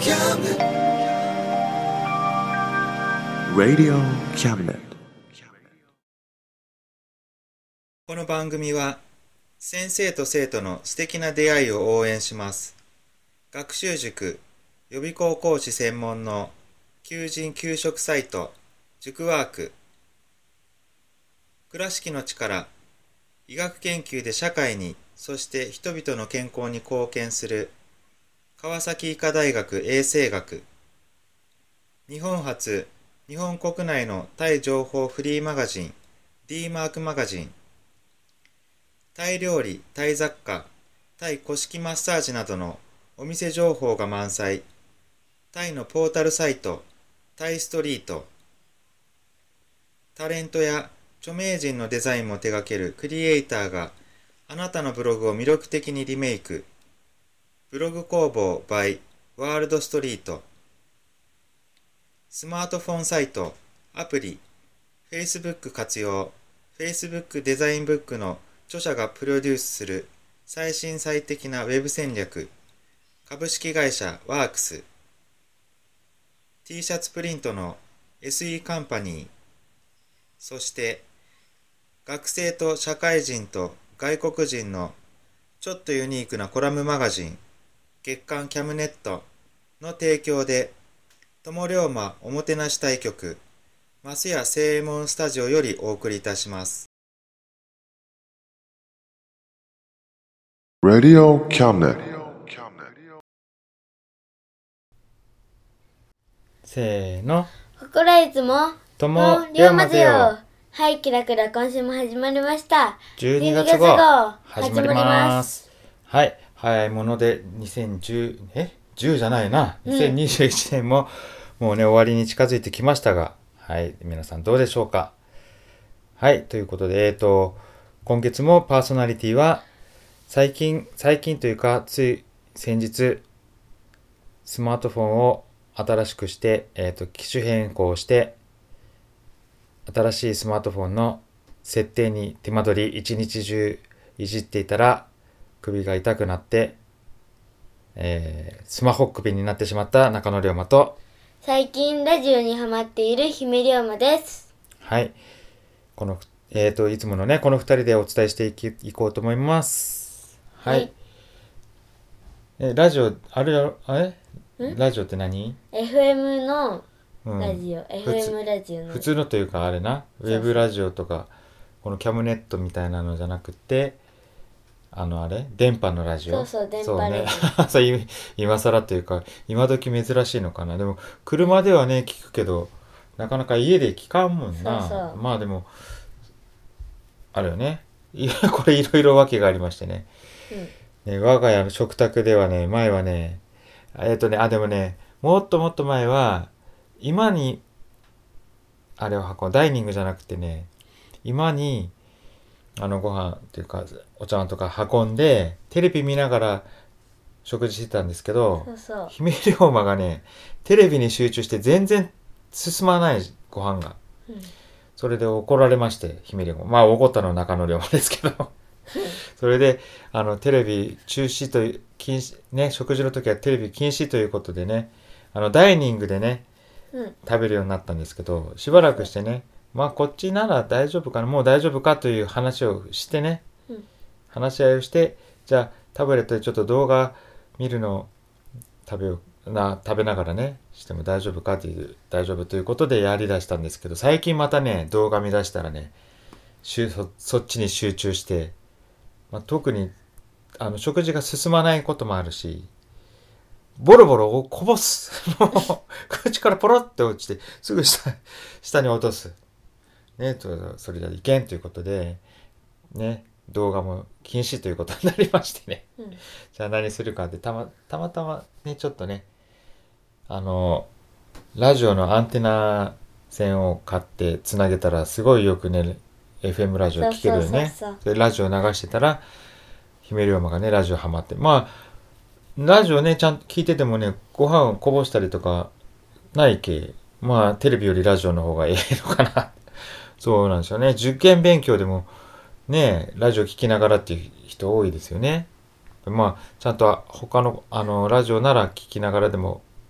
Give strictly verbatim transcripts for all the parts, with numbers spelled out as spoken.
Radio Cabinet。 この番組は先生と生徒の素敵な出会いを応援します。学習塾予備校講師専門の求人・求職サイト塾ワーク。倉敷の力、医学研究で社会に、そして人々の健康に貢献する川崎医科大学衛生学。日本初、日本国内のタイ情報フリーマガジン D マークマガジン。タイ料理、タイ雑貨、タイ古式マッサージなどのお店情報が満載。タイのポータルサイト、タイストリート。タレントや著名人のデザインも手掛けるクリエイターがあなたのブログを魅力的にリメイク。ブログ工房 by ワールドストリート。スマートフォンサイト、アプリ、Facebook 活用、Facebook デザインブックの著者がプロデュースする最新最適なウェブ戦略。株式会社ワークス。T シャツプリントの エスイー カンパニー。そして学生と社会人と外国人のちょっとユニークなコラムマガジン月刊キャムネットの提供で友龍馬おもてなし対局増屋正右衛門スタジオよりお送りいたします。 Radio Cabinet。 せーの、 ここらいつも友龍馬ぜよ。はい、キラキラ今週も始まりました。 じゅうにがつ号始まります。はい、早いものでにせんじゅうえじゅうじゃないな、にせんにじゅういちねんももうね終わりに近づいてきましたが、はい皆さんどうでしょうか。はいということでえっと今月もパーソナリティは最近最近というかつい先日スマートフォンを新しくしてえっと機種変更して新しいスマートフォンの設定に手間取り一日中いじっていたら首が痛くなって、えー、スマホ首になってしまった中野龍馬と最近ラジオにハマっている姫龍馬です。 はい。この、えっと、いつものね、この二人でお伝えしていき、いこうと思います。はい。はい、え、ラジオ、あれやろ、あれラジオって何？ エフエム のラジオ、うん、エフエム ラジオの普通のというかあれなウェブラジオとかこのキャムネットみたいなのじゃなくてあのあれ電波のラジオ。 そうそう電波ラジオ。 そうねそう今更というか今時珍しいのかな。でも車ではね聞くけどなかなか家で聞かんもんな。 そうそうまあでもあるよね。これいろいろ訳がありましてね。うん、ね我が家の食卓ではね前はねえっとねあでもねもっともっと前は今にあれを運ぶダイニングじゃなくてね今にあのご飯っていうかお茶碗とか運んでテレビ見ながら食事してたんですけど、 そうそう姫龍馬がねテレビに集中して全然進まないご飯が、うん、それで怒られまして姫龍馬まあ怒ったのは中野龍馬ですけどそれであのテレビ中止という禁止ね食事の時はテレビ禁止ということでねあのダイニングでねうん、食べるようになったんですけどしばらくしてねまあこっちなら大丈夫かなもう大丈夫かという話をしてね、うん、話し合いをしてじゃあタブレットでちょっと動画見るのを食べような食べながらねしても大丈夫かという大丈夫ということでやりだしたんですけど最近またね動画見出したらね そ, そっちに集中して、まあ、特にあの食事が進まないこともあるしボロボロをこぼす。もう、口からポロって落ちて、すぐ下、下に落とす。ね、それじゃいけんということで、ね、動画も禁止ということになりましてね。うん、じゃあ何するかってたま、たまたまね、ちょっとね、あの、ラジオのアンテナ線を買ってつなげたら、すごいよくね、エフエム ラジオ聞けるよね。そうそうそうそうで、ラジオ流してたら、姫龍馬がね、ラジオハマって。まあ、ラジオね、ちゃんと聞いててもね、ご飯をこぼしたりとかないけ。まあ、テレビよりラジオの方がええのかな。そうなんですよね。受験勉強でもね、ラジオ聞きながらっていう人多いですよね。まあ、ちゃんと他の、あの、ラジオなら聞きながらでも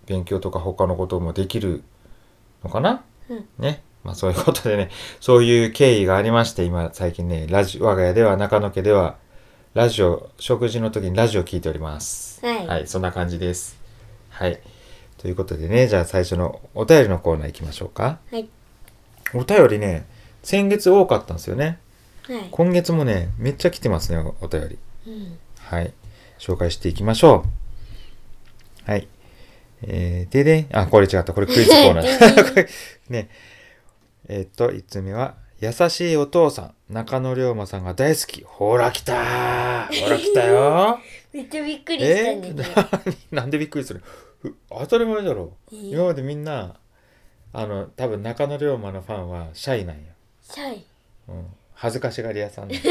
勉強とか他のこともできるのかな、 うん、 ね。まあそういうことでね、そういう経緯がありまして、今最近ね、ラジ我が家では中野家ではラジオ、食事の時にラジオを聞いております。 はい。 はい、そんな感じです。はい。ということでね、じゃあ最初のお便りのコーナー行きましょうか。 はい。 お便りね、先月多かったんですよね。 はい。 今月もね、めっちゃ来てますね、お、お便り。 うん。 はい。紹介していきましょう。はい。えー、ででん、あ、これ違った。これクイズコーナー。これね。えーっと、いつつめは、優しいお父さん、中野龍馬さんが大好き。ほら来たー。ほら来たよめっちゃびっくりしたんだけど。 えー、なんでびっくりする？当たり前だろ。 えー、 今までみんな、あの、多分中野龍馬のファンはシャイなんよ。 シャイ。 うん。恥ずかしがり屋さんね。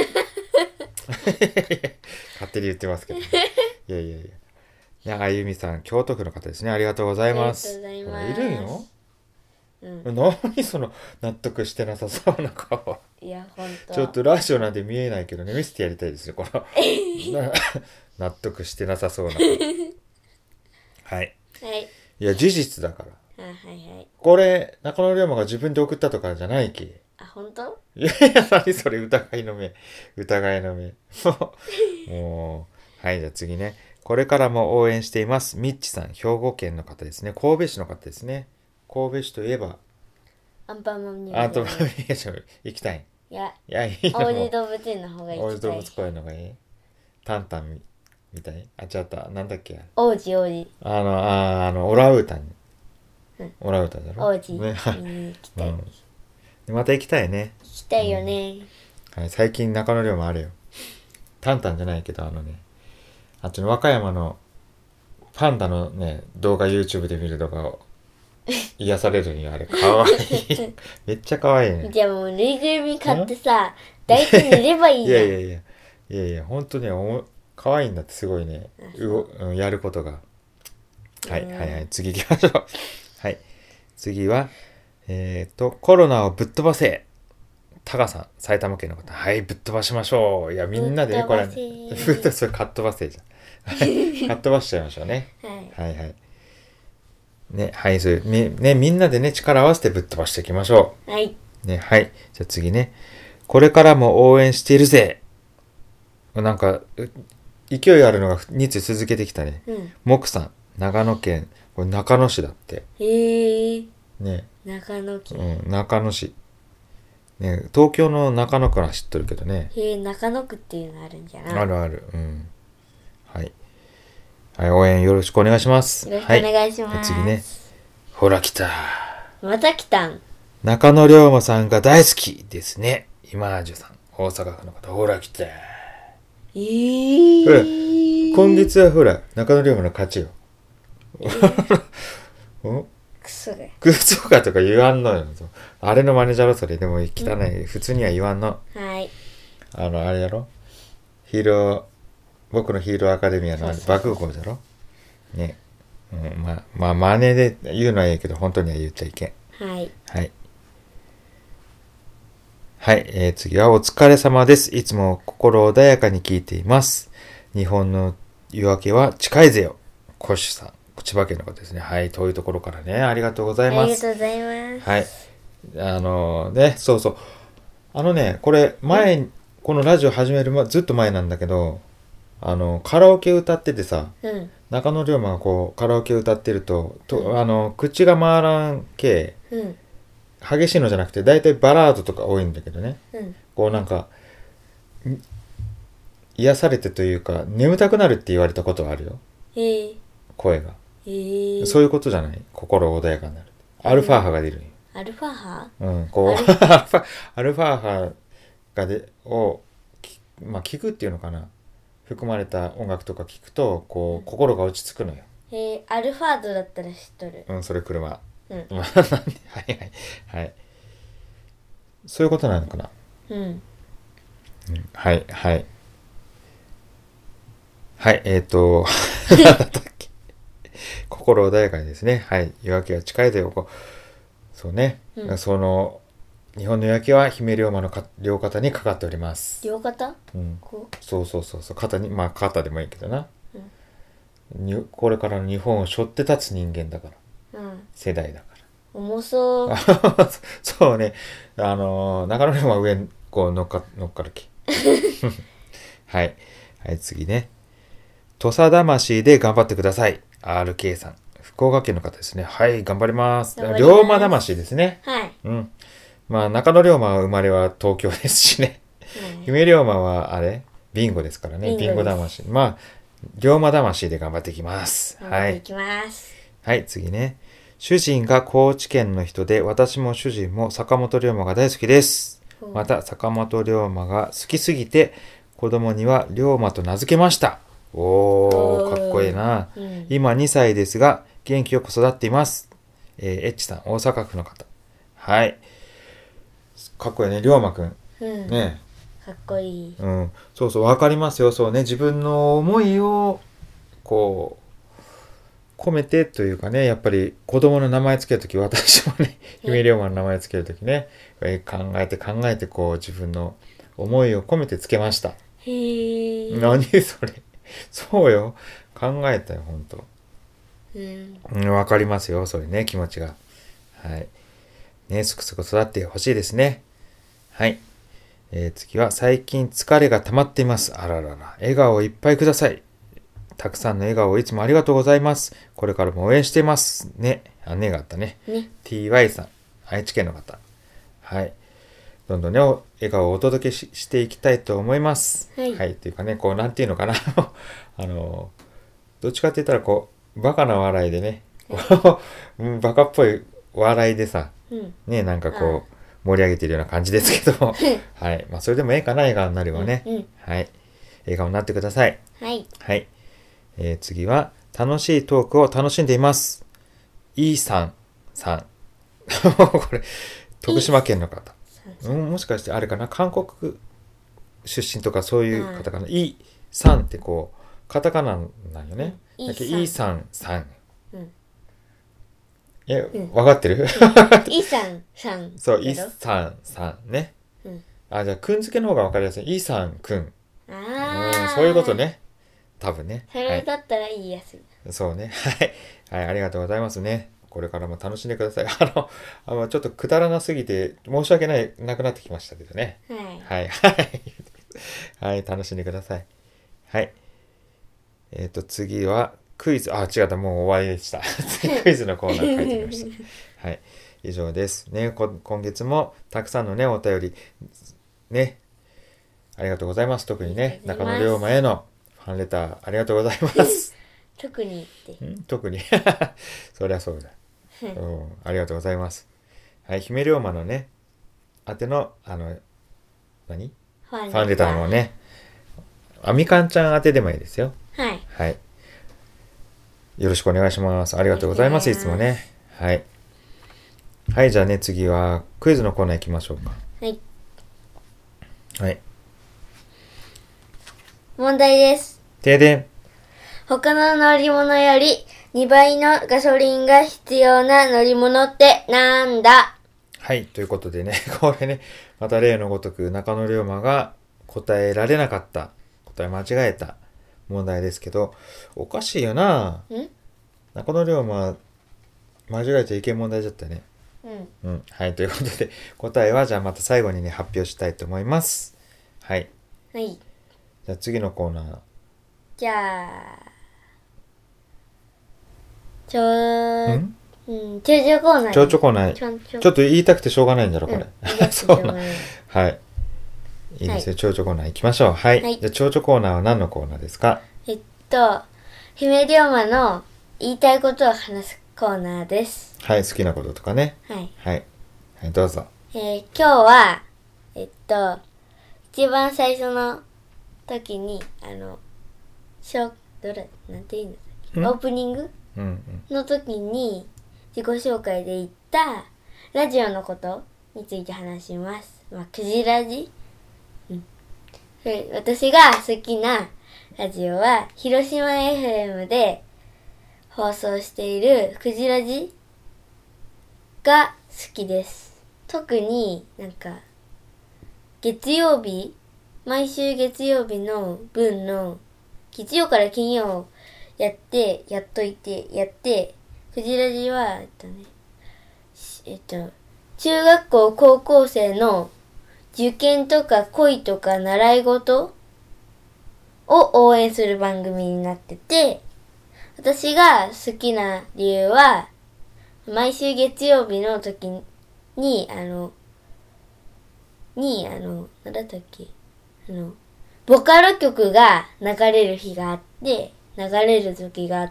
勝手に言ってますけど、ね。いやいやいや。ね、あゆみさん、京都府の方ですね。ありがとうございます。 ありがとうございます。 いるんよ。 うん、 何その納得してなさそうな顔。 いや、ほんと。 ちょっとラジオなんて見えないけどね、見せてやりたいですね、この。納得してなさそうな顔。はい。 はい。 いや、事実だから。 あ、はいはい。 これ、中野龍馬が自分で送ったとかじゃないき。 あ、ほんと？ いやいや、何それ、疑いの目。疑いの目。もう、はい、じゃあ次ね。これからも応援しています。ミッチさん、兵庫県の方ですね。神戸市の方ですね。神戸市といえば、 アンパンマンにアントマンミュージアム行きたい。 いや、 いや、いいの。 王子動物園の方が行きたい。 王子動物公園の方がいい。タンタンみみたい。あ、違った。なんだっけ。 王子王子。 あの、あ、あの、オラウータン。 うん、 オラウータンだろ。 王子ね、はい。 見に行きたい。 うん、また行きたいね。 行きたいよね。 うん、はい、最近中野龍馬あるよ。タンタンじゃないけど、あのね、あっちの和歌山のパンダのね、動画 YouTube で見る動画を癒されるにはあれ、かわいい。めっちゃかわいいね。 じゃあもうぬいぐるみ買ってさ、抱いて寝ればいいいじゃん。 やいやいや、いやいや、ほんとね、おかわいいんだってすごいね、うご、うん、やることが。はい、はいはい、次行きましょう。はい。次は、えっと、コロナをぶっ飛ばせ。タカさん、埼玉県の方。はい、ぶっ飛ばしましょう。いや、みんなでね、これ、ぶっ飛ばせ。それ、かっ飛ばせじゃん。はい、かっ飛ばしちゃいましょうね。はい、はいはい。ね、はい、そういう、み、ね、みんなでね、力を合わせてぶっ飛ばしていきましょう。はい。 ね、はい。じゃあ次ね。これからも応援しているぜ。なんか、勢いあるのがにつ続けてきたね。 うん。 木さん、長野県、これ中野市だって。 へえ。 ね。 長野県。 うん、中野市。ね、東京の中野区は知っとるけどね。 へえ、中野区っていうのあるんじゃない？ あるある。うん。はい。はい、応援よろしくお願いします。 よろしくお願いします。 はい、次ね。ほら来た。 また来たん。 中野龍馬さんが大好きですね。今じゅさん。大阪府の方。ほら来た。 えー。 ほら、今月はほら、中野龍馬の勝ちよ。えー、 クソが。 クソかとか言わんのよ。あれのマネージャーろそれ。でも汚い、うん。普通には言わんの。 はい。 あの、あれやろヒーロー、僕のヒーローアカデミアの爆豪だろね。うん、まあ、まあ、マネーで言うのはいいけど、本当には言っちゃいけん。 はい。 はい。はい、えー、次はお疲れ様です。いつも心穏やかに聞いています。日本の夜明けは近いぜよ。コッシュさん。千葉県の方ですね。はい、遠いところからね。ありがとうございます。 ありがとうございます。 はい。あのー、ね、そうそう。あのね、これ、前、うん、このラジオ始める、ま、ずっと前なんだけど、あの、カラオケ歌っててさ、 うん、 中野龍馬がこう、カラオケ歌ってると、とうん、あの、口が回らん系、うん、激しいのじゃなくて、だいたいバラードとか多いんだけどね。うん、こうなんか、癒されてというか、眠たくなるって言われたことはあるよ。 へー。 声が。 へー。 そういうことじゃない？心穏やかになる。アルファ波が出るんよ。 アルファ波？ うん、こう、アルファ、アルファ波がで、を、まあ、聞くっていうのかな。含まれた音楽とか聞くと、こう、心が落ち着くのよ。 へえ、アルファードだったら知っとる。 うん、それ車。 うん。 はいはい。はい。そういうことなのかな。 うん。うん、 はい、はい。はい、えっ、ー、と、何だったっけ。心穏やかにですね。はい。夜明けは近いでよ。こうそうね。うん、その、日本の夜明けは姫龍馬のか両肩にかかっております。 両肩？ うん。そうそうそうそう。肩に、まあ肩でもいいけどな。 にこれからの日本を背負って立つ人間だから、 うん。 世代だか重そう。 ら。そうね。あのー、中野龍馬は上にこう乗っか、乗っかる気。はい。はい、次ね。土佐魂で頑張ってください。アールケー さん。福岡県の方ですね。はい、頑張ります。 頑張ります龍馬魂ですね。 はい。 うん。まあ、中野龍馬は生まれは東京ですしね。 はい姫龍馬はあれビンゴですからね。 ビンゴですビンゴ魂。まあ、龍馬魂で頑張っていきます。はい。 頑張っていきます。 はい、次ね。主人が高知県の人で、私も主人も坂本龍馬が大好きです。 うんまた、坂本龍馬が好きすぎて、子供には龍馬と名付けました。おー、 おーかっこいいな。 うん今にさいですが、元気よく育っています。えー、エッチさん、大阪府の方。はい。かっこいいね、龍馬くん。 うん。 ねかっこいい。 うん。そうそう、わかりますよ。そうね、自分の思いを、こう、込めてというかね、やっぱり子供の名前つけるとき、私もね、姫龍馬の名前つけるときね、えー考えて考えて、こう、自分の思いを込めてつけました。 へえ。 何それ。そうよ。考えたよ、ほんと。 うん。 うん、わかりますよ、それね、気持ちが。はい。ね、すくすく育ってほしいですね。はい。えー次は、最近疲れが溜まっています。あららら。笑顔をいっぱいください。たくさんの笑顔をいつもありがとうございます。これからも応援しています。ね。あ、ねがあったね。 ね。 ティーワイ さん。愛知県の方。はい。どんどんね、お笑顔をお届けししていきたいと思います。 はいというかね、こう、なんていうのかな。あの、どっちかって言ったら、こう、バカな笑いでね、こううんバカっぽい笑いでさ、 うん。 ね、なんかこう、盛り上げてるような感じですけども、はい。まあ、それでもええかな、笑顔になればね。 うんうんはい。笑顔になってください。 はい。 はい。えー次は、楽しいトークを楽しんでいます。イーさんさん。これ、徳島県の方。うん、もしかしてあれかな、韓国出身とかそういう方かな。イーさんってこう、カタカナなんよね。 うんだけどイイーさんさん。 うん。 え、 うんわかってるイさんさん。 そう、イやろーさんさんね。 うん。 あ、じゃあ、くん付けの方がわかりやすい。イーさんくん。うん、 ああ。 そういうこと。ね。多分ね。 それだったら言いやすい。 そうね。はい。はい、ありがとうございますね。これからも楽しんでください。あの、あのちょっとくだらなすぎて申し訳ない、なくなってきましたけどね。 はい。 はい、はい。はい、楽しんでください。はい。えっ、と、次は、クイズ。あ、違った。もう終わりでした。次クイズのコーナー書いてみました。はい。以上です。ね、こ今月もたくさんのね、お便り、ね、ありがとうございます。特にね、 ありがとうございます中野龍馬へのファンレター、ありがとうございます。 特にって。 ん特に。そりゃそうだ。うん、ありがとうございます。はい、姫龍馬のね、宛ての、あの、何ファファンレターもね、あみかんちゃん宛てでもいいですよ。 はい。 はい。よろしくお願いします。ありがとうございます。いつもね。はい。はい、じゃあね、次はクイズのコーナー行きましょうか。 はい。 はい。 問題です。 停電。 他の乗り物よりにばいのガソリンが必要な乗り物ってなんだ？ はい、ということでね、これね、また例のごとく中野龍馬が答えられなかった、答え間違えた問題ですけど、おかしいよな。 ん中野龍馬、間違えちゃいけん問題だったね。 うん。 うん。はい、ということで、答えはじゃあまた最後にね、発表したいと思います。はい。 はい。 じゃあ次のコーナー。 じゃあ、ちょー、 んうん、ちょいちょいコーナー。 ちょうちょコーナー。 ちょんちょ。 ちょっと言いたくてしょうがないんだろ、これ。 うんそうな。 うんはい。いいですよ、ちょうちょコーナー行きましょう。はい。 はいじゃあ、ちょうちょコーナーは何のコーナーですか？ えっと、姫龍馬の言いたいことを話すコーナーです。 はい、好きなこととかね。 はい。 はい。はい、どうぞ。 えー今日は、えっと、一番最初の時に、あの、しょ、どれ、なんて言うんだっけ、 んオープニングうんうん。 の時に自己紹介で言ったラジオのことについて話します。まあ、クジラジうん。それ私が好きなラジオは、広島 エフエム で放送しているクジラジが好きです。特になんか、月曜日毎週月曜日の分の月曜から金曜やってやっといてやってクジラジはえっとねえっと中学校高校生の受験とか恋とか習い事を応援する番組になってて、私が好きな理由は毎週月曜日の時にあのにあのなんだったっけあのボカロ曲が流れる日があって流れる時があって、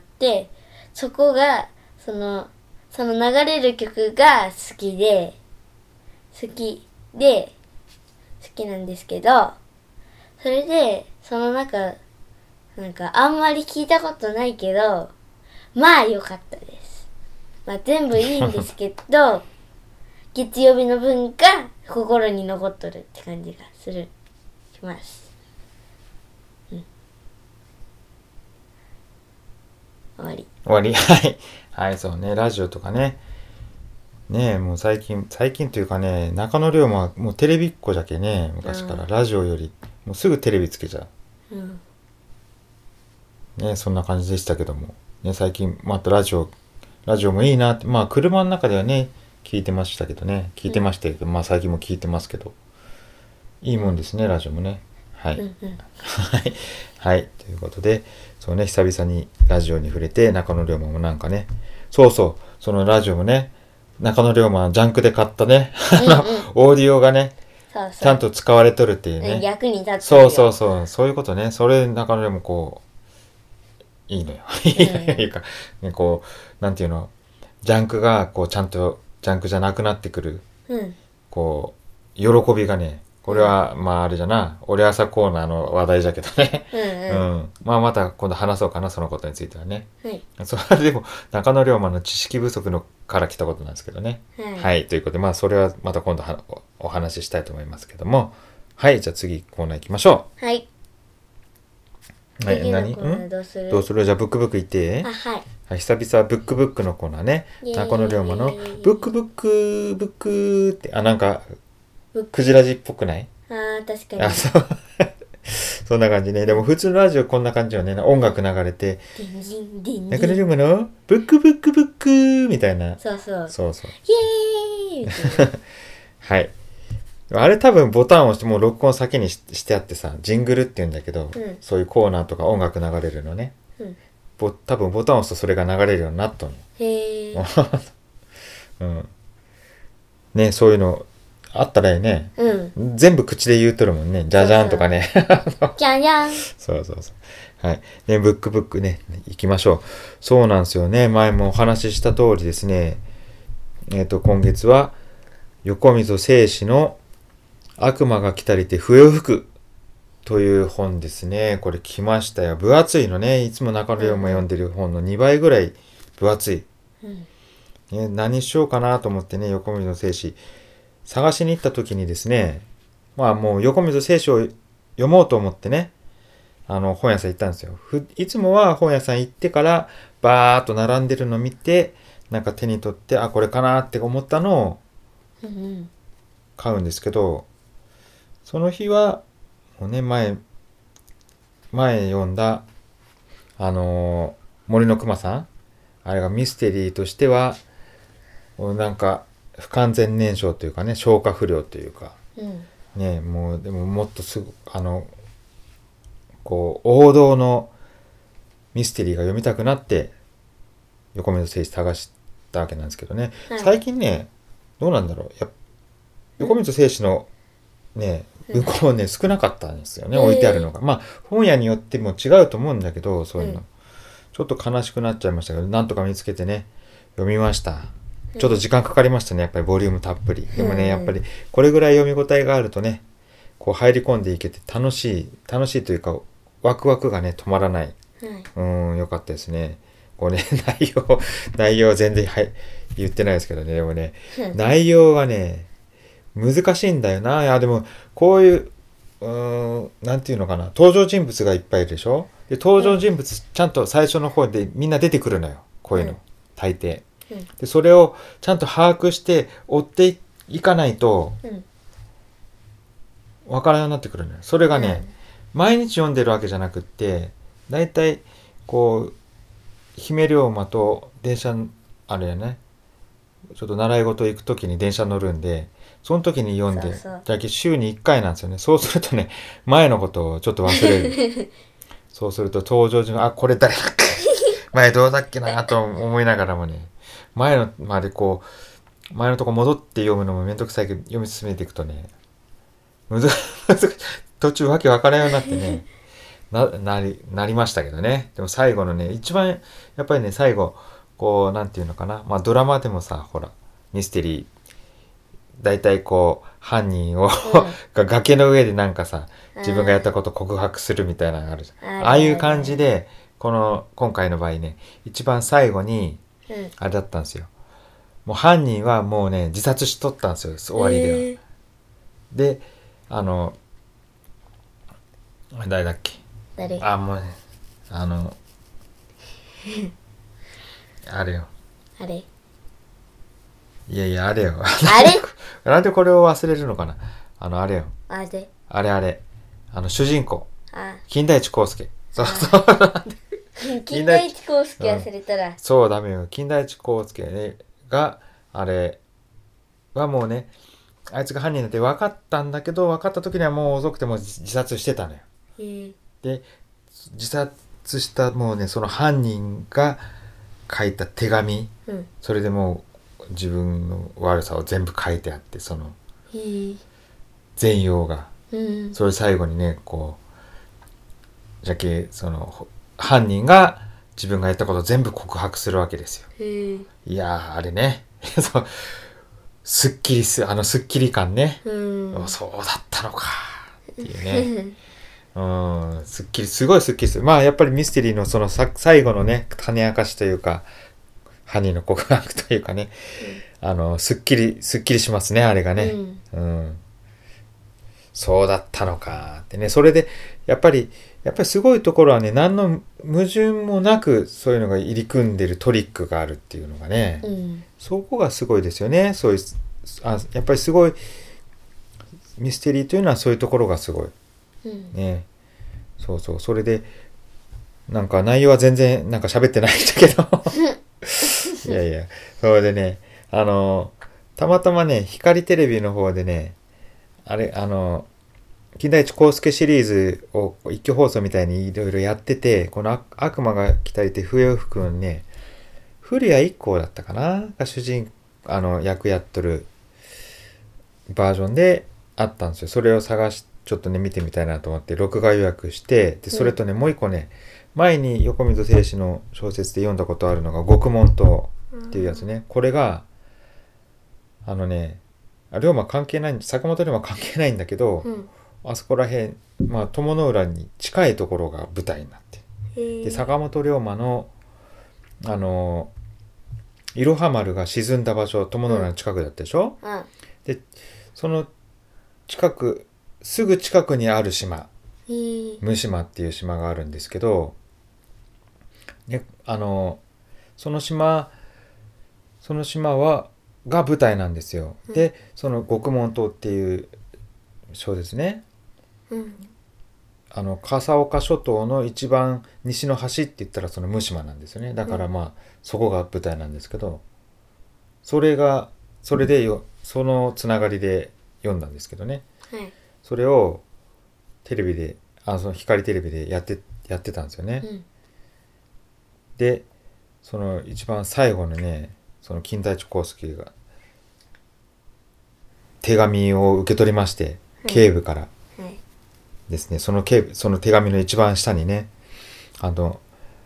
そこがそのその流れる曲が好きで好きで好きなんですけど、それでその中なんかあんまり聞いたことないけどまあ良かったです。まあ全部いいんですけど月曜日の分が心に残っとるって感じがするします。うん。終わり。 終わりはいはいそうねラジオとかねねえもう最近最近というかね中野龍馬はもうテレビっ子じゃけね昔からラジオよりもうすぐテレビつけちゃう、 うんねそんな感じでしたけどもね最近またラジオラジオもいいなってまあ車の中ではね聞いてましたけどね聞いてましたけど、うん、まあ最近も聞いてますけどいいもんですねラジオもねはい、 うんうん、 はいはいということでそうね久々にラジオに触れて中野龍馬もなんかねそうそうそのラジオもね中野龍馬ジャンクで買ったねあの、うんうん、オーディオがねそうそうちゃんと使われとるっていうね役に立ってるそうそうそうそういうことねそれ中野龍馬こういいのよいいか、ね、こうなんていうのジャンクがこうちゃんとジャンクじゃなくなってくる、 うん、 こう喜びがねこれは、うん、まああれじゃな俺朝コーナーの話題じゃけどねうん、うんうん、まあまた今度話そうかなそのことについてはね、 はい、 それでも中野龍馬の知識不足のから来たことなんですけどね、はい、はい、ということでまあそれはまた今度は お, お話ししたいと思いますけどもはいじゃあ次コーナー行きましょうはいはい何んどうするどうするじゃあブックブック言ってあはいはい、久々ブックブックのコーナーね中野龍馬のブックブックブックってあなんかクジラジっぽくないあー確かにあそうそんな感じねでも普通のラジオこんな感じよね音楽流れて中野龍馬のブックブックブックみたいなそうそうそうそうイエーイはいあれ多分ボタンを押してもう録音先に し, してあってさジングルって言うんだけど、うん、そういうコーナーとか音楽流れるのね、うんボ多分ボタンを押すとそれが流れるようになっとんの。 へー、うん、ねそういうのあったらいいね、 うん、 全部口で言うとるもんねじゃじゃんとかねじゃじゃんそうそうそうはいねブックブックね行きましょうそうなんですよね前もお話しした通りですねえっと今月は横溝正史の悪魔が来たりて笛を吹くという本ですね。これ来ましたよ。分厚いのね。いつも中野龍馬読んでる本のにばいぐらい分厚い。 うんね、何しようかなと思ってね、横溝正史探しに行った時にですね、まあもう横溝正史を読もうと思ってね、あの本屋さん行ったんですよ。いつもは本屋さん行ってからバーっと並んでるのを見て、なんか手に取って、あ、これかなって思ったのを買うんですけど、その日は、もうね、前、前読んだ、あのー、森の熊さんあれがミステリーとしては、なんか、不完全燃焼というかね、消化不良というか、 うん、 ね、もう、でももっとすぐ、あの、こう、王道のミステリーが読みたくなって、横溝正史探したわけなんですけどね、はい、最近ね、どうなんだろう、や横溝正史のね、文庫もね、少なかったんですよね、置いてあるのが。まあ、本屋によっても違うと思うんだけど、そういうの。うん、ちょっと悲しくなっちゃいましたけど、なんとか見つけてね、読みました。ちょっと時間かかりましたね、やっぱりボリュームたっぷり。でもね、やっぱりこれぐらい読み応えがあるとね、こう入り込んでいけて楽しい、楽しいというか、ワクワクがね、止まらない。うん、うん、よかったですね。こうね、内容、内容は全然、はい、言ってないですけどね、でもね、内容はね、難しいんだよな。いやでもこういう、うーん、なんていうのかな、登場人物がいっぱいいるでしょ。で登場人物、うん、ちゃんと最初の方でみんな出てくるのよ、こういうの、うん、大抵、うん、でそれをちゃんと把握して追っていかないと、うん、分からんようになってくるのよ。それがね、うん、毎日読んでるわけじゃなくって、だいたいこう姫龍馬と電車あれやねちょっと習い事行く時に電車乗るんでその時に読んでそうそうじゃあ週にいっかいなんですよね。そうするとね前のことをちょっと忘れるそうすると登場時のあこれ誰だっけ前どうだっけなと思いながらもね前のまでこう前のとこ戻って読むのもめんどくさいけど読み進めていくとねむず途中わけわからんようになってねな, な, りなりましたけどね。でも最後のね一番やっぱりね最後こうなんていうのかなまあドラマでもさほらミステリーだいたいこう犯人を、うん、が崖の上でなんかさ自分がやったこと告白するみたいなのがあるじゃん。ああいう感じでこの今回の場合ね一番最後にあれだったんですよ。もう犯人はもうね自殺しとったんですよ終わりでは。えー、であの誰だっけ誰あもうねあのあれよあれいやいやあれよあれなんでこれを忘れるのかなあのあれよあれあれあれあの主人公あ金田一耕助そうそう金田一耕助忘れたら、うん、 そうダメよ金田一耕助、ね、があれはもうねあいつが犯人だって分かったんだけど分かった時にはもう遅くても自殺してたのよ。で自殺したもうねその犯人が書いた手紙、うん、それでもう自分の悪さを全部書いてあってその全容が、うん、それ最後にねこうじゃけその犯人が自分がやったことを全部告白するわけですよ。いやーあれねそうすっきりすあのすっきり感ね、うん、そうだったのかっていうねうんすっきりすごいすっきりする。まあやっぱりミステリーのそのさ最後のね種明かしというか犯人の告白というかね、うん、あのすっきりすっきりしますねあれがね、うんうん、そうだったのかってね。それでやっぱりやっぱりすごいところはね何の矛盾もなくそういうのが入り組んでるトリックがあるっていうのがね、うん、そこがすごいですよね。そういうあやっぱりすごいミステリーというのはそういうところがすごい、うん、ねそうそうそれでなんか内容は全然なんか喋ってないんだけどいやいやそれでねあのたまたまね光テレビの方でねあれあの金田一耕助シリーズを一挙放送みたいにいろいろやっててこの悪魔が来たりって笛を吹くのにね古谷一行だったかなが主人あの役やっとるバージョンであったんですよ。それを探しちょっとね見てみたいなと思って録画予約してでそれとね、うん、もう一個ね前に横溝正史の小説で読んだことあるのが獄門島っていうやつね、うん、これがあのね龍馬関係ない坂本龍馬関係ないんだけど、うん、あそこら辺まあ友の浦に近いところが舞台になってで坂本龍馬のあのいろは丸が沈んだ場所友の浦の近くだったでしょ、うん、でその近くすぐ近くにある島無島っていう島があるんですけど、ね、あのその島その島はが舞台なんですよ、うん、でその獄門島っていう小説ね、うん、あの笠岡諸島の一番西の端って言ったらその無島なんですよね。だからまあ、うん、そこが舞台なんですけどそれがそれでよそのつながりで読んだんですけどね、はい、それをテレビであその光テレビでやってやってたんですよね、うん、でその一番最後のねその金田一耕助が手紙を受け取りまして、はい、警部からですね、はい、その警部その手紙の一番下にねあの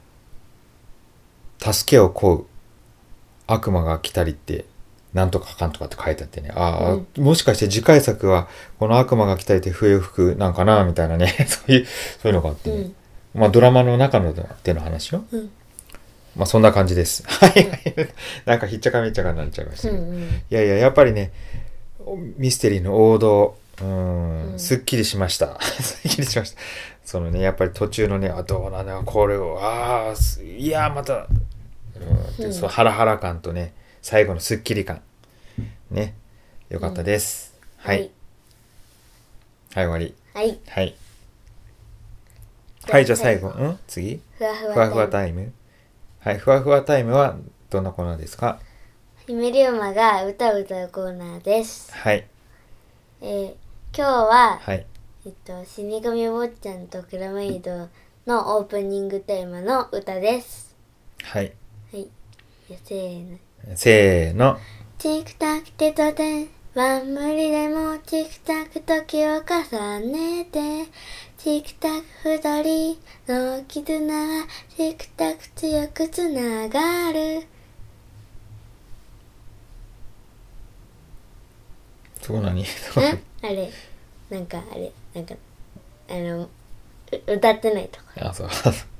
助けを請う悪魔が来たりってなんとかかんとかって書いてあってねああ、うん、もしかして次回作はこの悪魔が来たりって笛を吹くなんかなみたいなねそういうそういうのがあってね、うん、まあドラマの中のでの話よ、うん、まあそんな感じですはい、うん、なんかひっちゃかめっちゃかになっちゃいましたけど、うんうん、いやいややっぱりねミステリーの王道うん、うん、すっきりしましたすっきりしましたそのねやっぱり途中のねあどうなんだこれをああいやまた、うんうん、そうハラハラ感とね最後のすっきり感ねよかったです、うん、はい、はい、はい、終わりはいはいはいじゃあ最後うん次ふわふわタイムはい、ふわふわタイムはどんなコーナーですか？ 姫龍馬が歌を歌うコーナーです。 はい。 えー、今日は、 はい。 えっと、死神坊ちゃんとクラメイドのオープニングテーマの歌です。 はい。 はい。せーの。 せーの。 チクタクテトテは無理でもチクタク時を重ねてチクタク二人の絆はチクタク強くつながる。 そこ何？ あれなんかあれなんかあの歌ってないとこ。 あ、そう。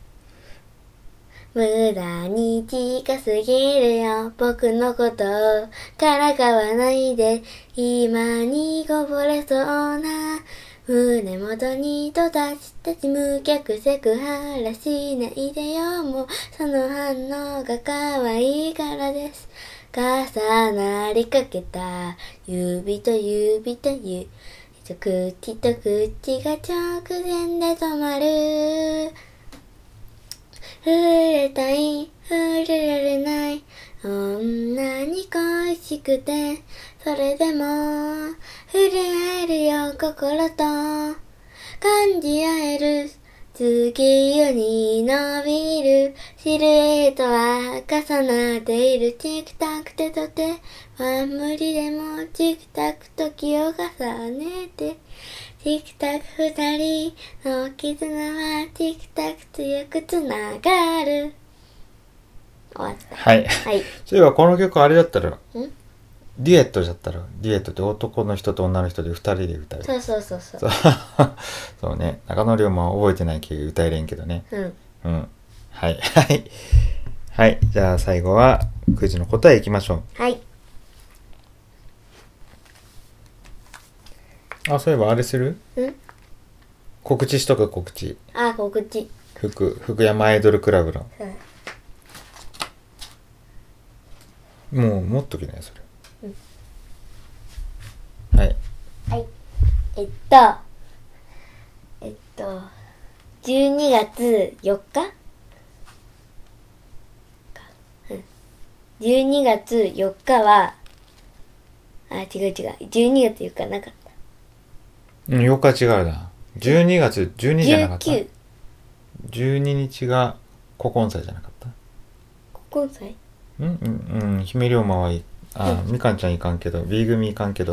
無駄に近すぎるよ僕のことからかわないで今にこぼれそうな胸元にとたちたち無脚セクハラしないでよもうその反応が可愛いからです重なりかけた指と指と指口と口が直前で止まる触れたい、触れられない、こんなに恋しくて、それでも、触れ合えるよ心と、感じ合える、月夜に伸びる、シルエットは重なっている、チクタク手と手は無理でも、チクタク時を重ねて、チクタク二人の絆はチクタク強くつながる。終わった。 はい。 はい。 そういえばこの曲あれだったら、 んデュエットだったら、デュエットって男の人と女の人で二人で歌う。 そうそうそうそう。 そうそうね。中野龍馬は覚えてないけど歌えれんけどね。 うん。 うん。はい。はい。はい。じゃあ最後はクイズの答えいきましょはい。 う。あ、そういえばあれする？ ん告知しとく告知。 あ、告知。 福、福山アイドルクラブの。 うん。 もう持っときなよ、それ。 うん、 はい。 はい。えっと、えっと、じゅうにがつよっかうん。じゅうにがつよっかは、あ、違う違う。じゅうにがつよっかなかった。 うん、よっか違うな。じゅうにがつじゅうにじゃなかった？ じゅうく。 じゅうににちが古今祭じゃなかった？ 古今祭？ うんうんうん。姫龍馬はいい。あ、みかんちゃんいかんけど、B 組いかんけど。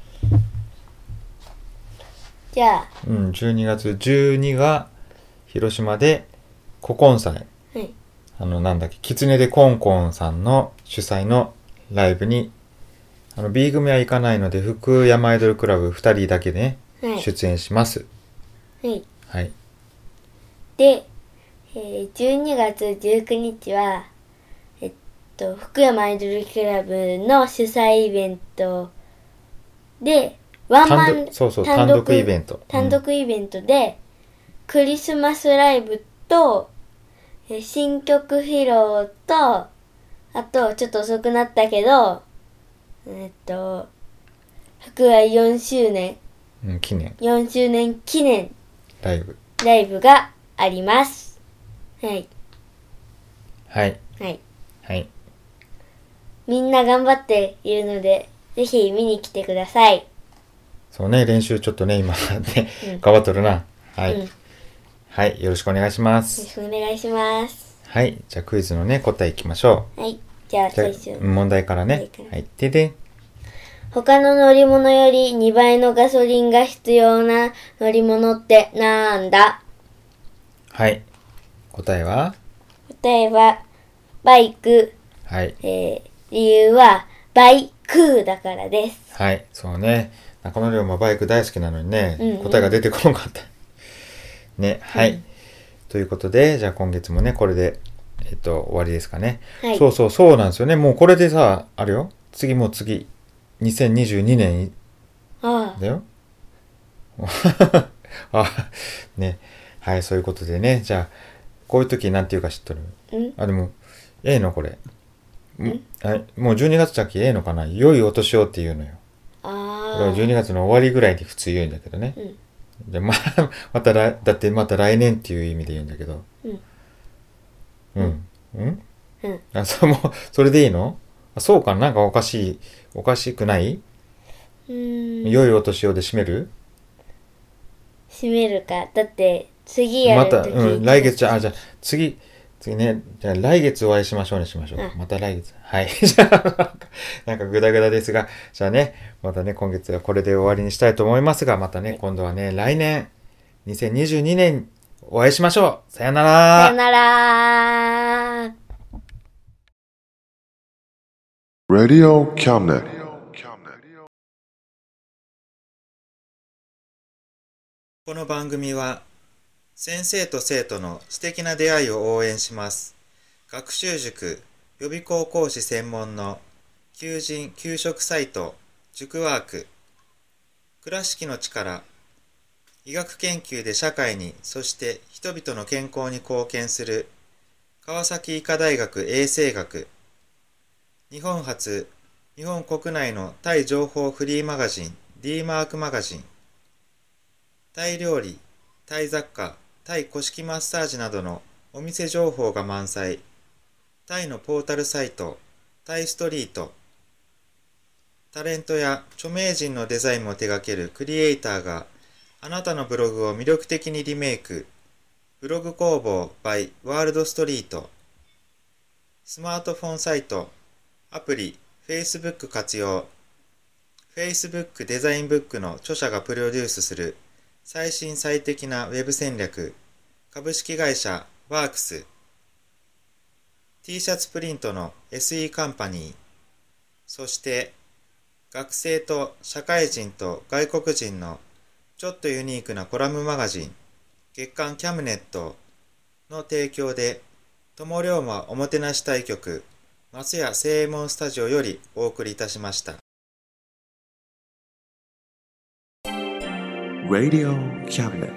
じゃあ。 うん、じゅうにがつじゅうにが広島で古今祭。 はい。 あの、なんだっけ、狐でコンコンさんの主催のライブに、あの、B 組は行かないので、福山アイドルクラブふたりだけでね、はい、出演します。 はい。 はい。 で、えー、じゅうにがつじゅうくにちは、えっと、福山アイドルクラブの主催イベントで、ワンマンそうそう単独イベント。 単独イベントで、うん、クリスマスライブと、え新曲披露と、あと、ちょっと遅くなったけど、えっと、福愛よんしゅうねん、 うん、記念。 よんしゅうねん記念ライブ。 ライブがあります。はい。 はい。 はい。 はい。 みんな頑張っているので、ぜひ見に来てください。 そうね、練習ちょっとね、今ね、うん、頑張っとるな。はい、うん。はい、よろしくお願いします。 よろしくお願いします。 はい、じゃあクイズのね、答えいきましょう。はい、じゃあ最初。 問題からね。はい、でで。 他の乗り物よりにばいのガソリンが必要な乗り物ってなんだ？ はい。答えは？ 答えは、バイク。 はい。 えー、理由は、バイクだからです。 はい、そうね。中野龍馬バイク大好きなのにね、うんうん、答えが出てこなかった。ね、はい、うん。ということで、じゃあ今月もね、これで、えっと、終わりですかね。はい、そうそう、そうなんですよね。もうこれでさ、あれよ。次も次、にせんにじゅうにねんだよ。ああ、ね。はい、そういうことでね。じゃあ、こういう時なんていうか知っとる？あ、でも、ええのこれ。あ、もうじゅうにがつだっけええのかな？良いお年をっていうのよ。 あこれはじゅうにがつの終わりぐらいに普通言うんだけどね。うん、でまあ、また来、だってまた来年っていう意味で言うんだけど。うん。うん。うんうん。 あ、そもそれでいいの？あ、そうかな、なんかおかしい、おかしくない？ うーん。 良いお年をで締める？ 閉めるか。だって次やまた、 るとき、 うん、来月、じゃあ、じゃあ次、次ね、じゃあ来月お会いしましょうね、しましょう。 うんまた来月。はい。じゃあ、なんかグダグダですが、じゃあね、またね、今月はこれで終わりにしたいと思いますが、またね、今度はね、来年、にせんにじゅうにねんお会いしましょう。さよなら。 さよなら。 Radio Cabinet. この番組は先生と生徒の素敵な出会いを応援します。学習塾予備校講師専門の求人・給食サイト塾ワーク、倉敷の力、医学研究で社会に、そして人々の健康に貢献する川崎医科大学衛生学、日本初、日本国内のタイ情報フリーマガジン D マークマガジン、タイ料理、タイ雑貨、タイ古式マッサージなどのお店情報が満載、タイのポータルサイト、タイストリート、タレントや著名人のデザインも手掛けるクリエイターがあなたのブログを魅力的にリメイク、ブログ工房 by ワールドストリート、スマートフォンサイト、アプリ、Facebook 活用、Facebook デザインブックの著者がプロデュースする最新最適なウェブ戦略、株式会社ワークス、T シャツプリントの エスイー カンパニー、そして学生と社会人と外国人のちょっとユニークなコラムマガジン、月刊キャムネットの提供で、友龍馬おもてなし対局、松屋正右衛門スタジオよりお送りいたしました。 Radio Cabinet.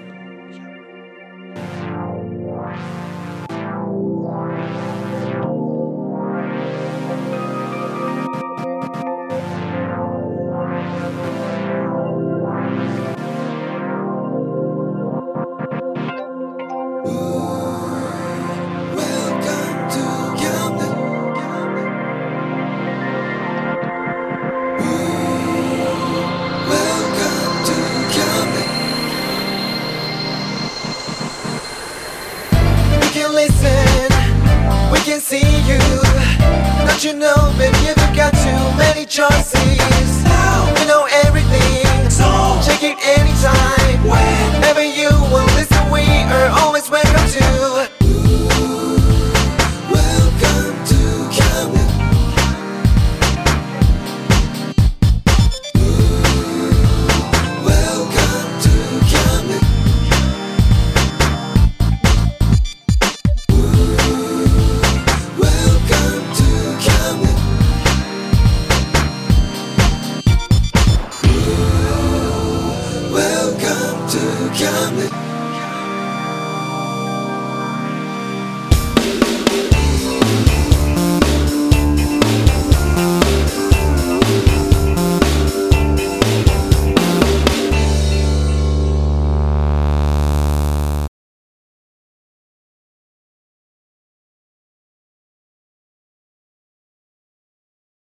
You know, baby, you've got too many choices. We know everything, so check it anytime. Whenever you will listen, we are always welcome to. Welcome to Camden. Welcome to Camden. Welcome to Camden. Welcome to Camden.